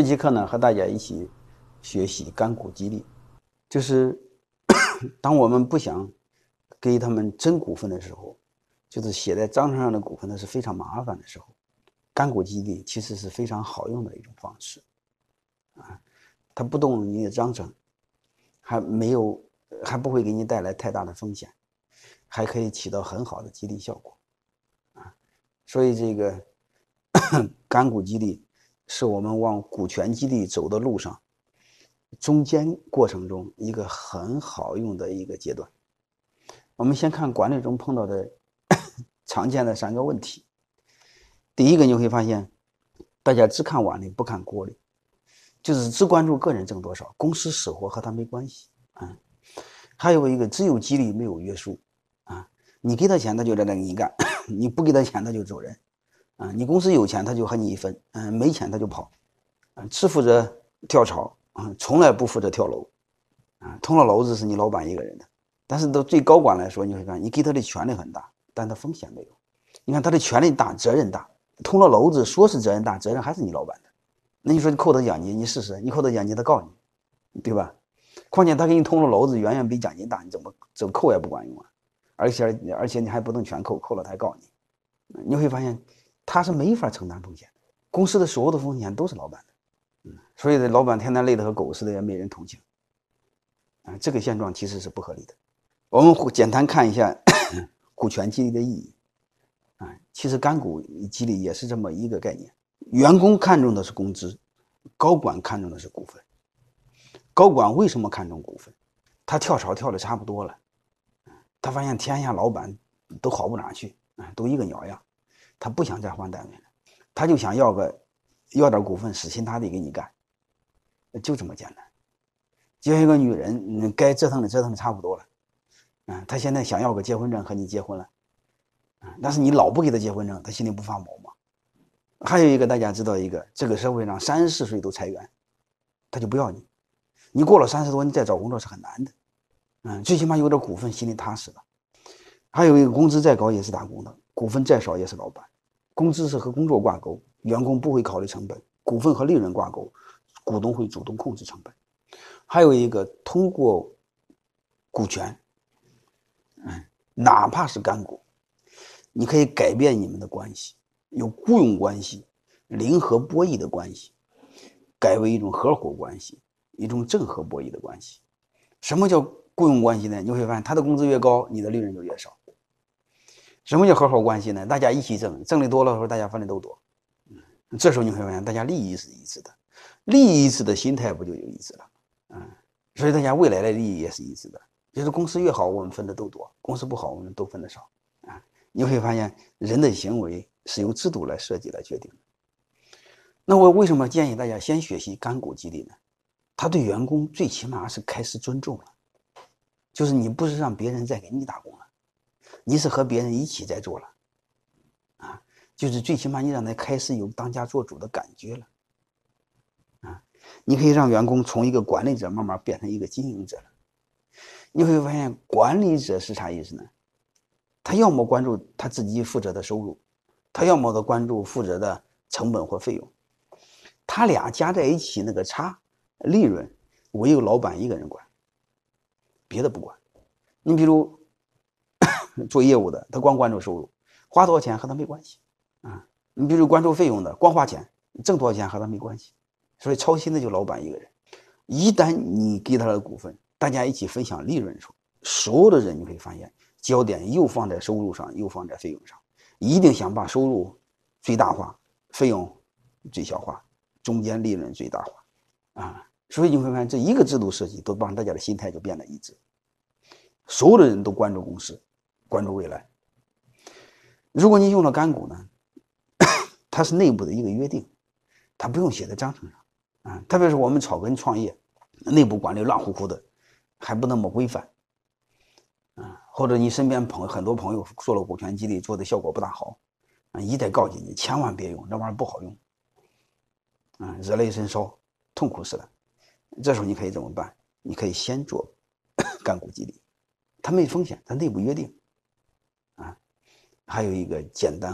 期课呢，和大家一起学习干股激励。就是当我们不想给他们真股份的时候，就是写在章程上的股份呢是非常麻烦的时候，干股激励其实是非常好用的一种方式啊。它不动你的章程，还不会给你带来太大的风险，还可以起到很好的激励效果啊。所以这个干股激励是我们往股权激励走的路上中间过程中一个很好用的一个阶段。我们先看管理中碰到的常见的3个问题。第一个，你会发现大家只看碗里不看锅里，就是只关注个人挣多少，公司死活和他没关系啊。还有一个，只有激励没有约束啊，你给他钱他就在那给你干，你不给他钱他就走人啊。你公司有钱他就和你一分，没钱他就跑啊，只负责跳槽啊，从来不负责跳楼啊。通了篓子是你老板一个人的，但是到最高管来说，你会看你给他的权利很大，但他风险没有。你看他的权利大，责任大，通了篓子说是责任大，责任还是你老板的。那你说你扣他奖金，你试试，你扣他奖金他告你，对吧？况且他给你通了篓子，远远比奖金大，你怎么扣也不管用啊！而且你还不能全扣，扣了他还告你。你会发现他是没法承担风险的，公司的所有的风险都是老板的，所以老板天天累得和狗似的，也没人同情啊。这个现状其实是不合理的。我们简单看一下股权激励的意义啊，其实干股激励也是这么一个概念。员工看重的是工资，高管看重的是股份。高管为什么看重股份？他跳槽跳的差不多了，他发现天下老板都好不哪去，都一个鸟样，他不想再换单位了，他就想要点股份，死心塌地给你干，就这么简单。就像一个女人，该折腾的差不多了，他现在想要个结婚证和你结婚了，但是你老不给他结婚证，他心里不发毛吗？还有一个大家知道一个，这个社会上34岁都裁员，他就不要你，你过了30多你再找工作是很难的，最起码有点股份心里踏实了。还有一个，工资再高也是打工的，股份再少也是老板。工资是和工作挂钩，员工不会考虑成本；股份和利润挂钩，股东会主动控制成本。还有一个，通过股权，哪怕是干股，你可以改变你们的关系，由雇佣关系、零和博弈的关系，改为一种合伙关系，一种正和博弈的关系。什么叫雇佣关系呢？你会发现他的工资越高，你的利润就越少。什么叫合伙关系呢？大家一起挣，挣的多了的时候大家分的都多，这时候你会发现大家利益是一致的，利益一致的心态不就有一致了？所以大家未来的利益也是一致的，就是公司越好我们分的都多，公司不好我们都分的少啊。你会发现人的行为是由制度来设计来决定的。那我为什么建议大家先学习干股激励呢？他对员工最起码是开始尊重了，就是你不是让别人再给你打工了，你是和别人一起在做了啊，就是最起码你让他开始有当家做主的感觉了啊。你可以让员工从一个管理者慢慢变成一个经营者了。你会发现管理者是啥意思呢？他要么关注他自己负责的收入，他要么关注负责的成本或费用，他俩加在一起那个差利润唯有老板一个人管，别的不管。你比如做业务的，他光关注收入，花多少钱和他没关系啊。你比如关注费用的，光花钱，挣多少钱和他没关系。所以操心的就老板一个人。一旦你给他的股份，大家一起分享利润的时候，所有的人你会发现焦点又放在收入上，又放在费用上，一定想把收入最大化，费用最小化，中间利润最大化啊。所以你会发现这一个制度设计都帮大家的心态就变得一致，所有的人都关注公司，关注未来。如果你用了干股呢，它是内部的一个约定，它不用写在章程上啊。特别是我们草根创业，内部管理乱乎乎的，还不那么规范啊。或者你身边很多朋友做了股权激励，做的效果不大好啊，一再告诫你千万别用，那玩意儿不好用啊，惹泪生烧，痛苦死了。这时候你可以怎么办？你可以先做干股激励，它没风险，它内部约定啊。还有一个简单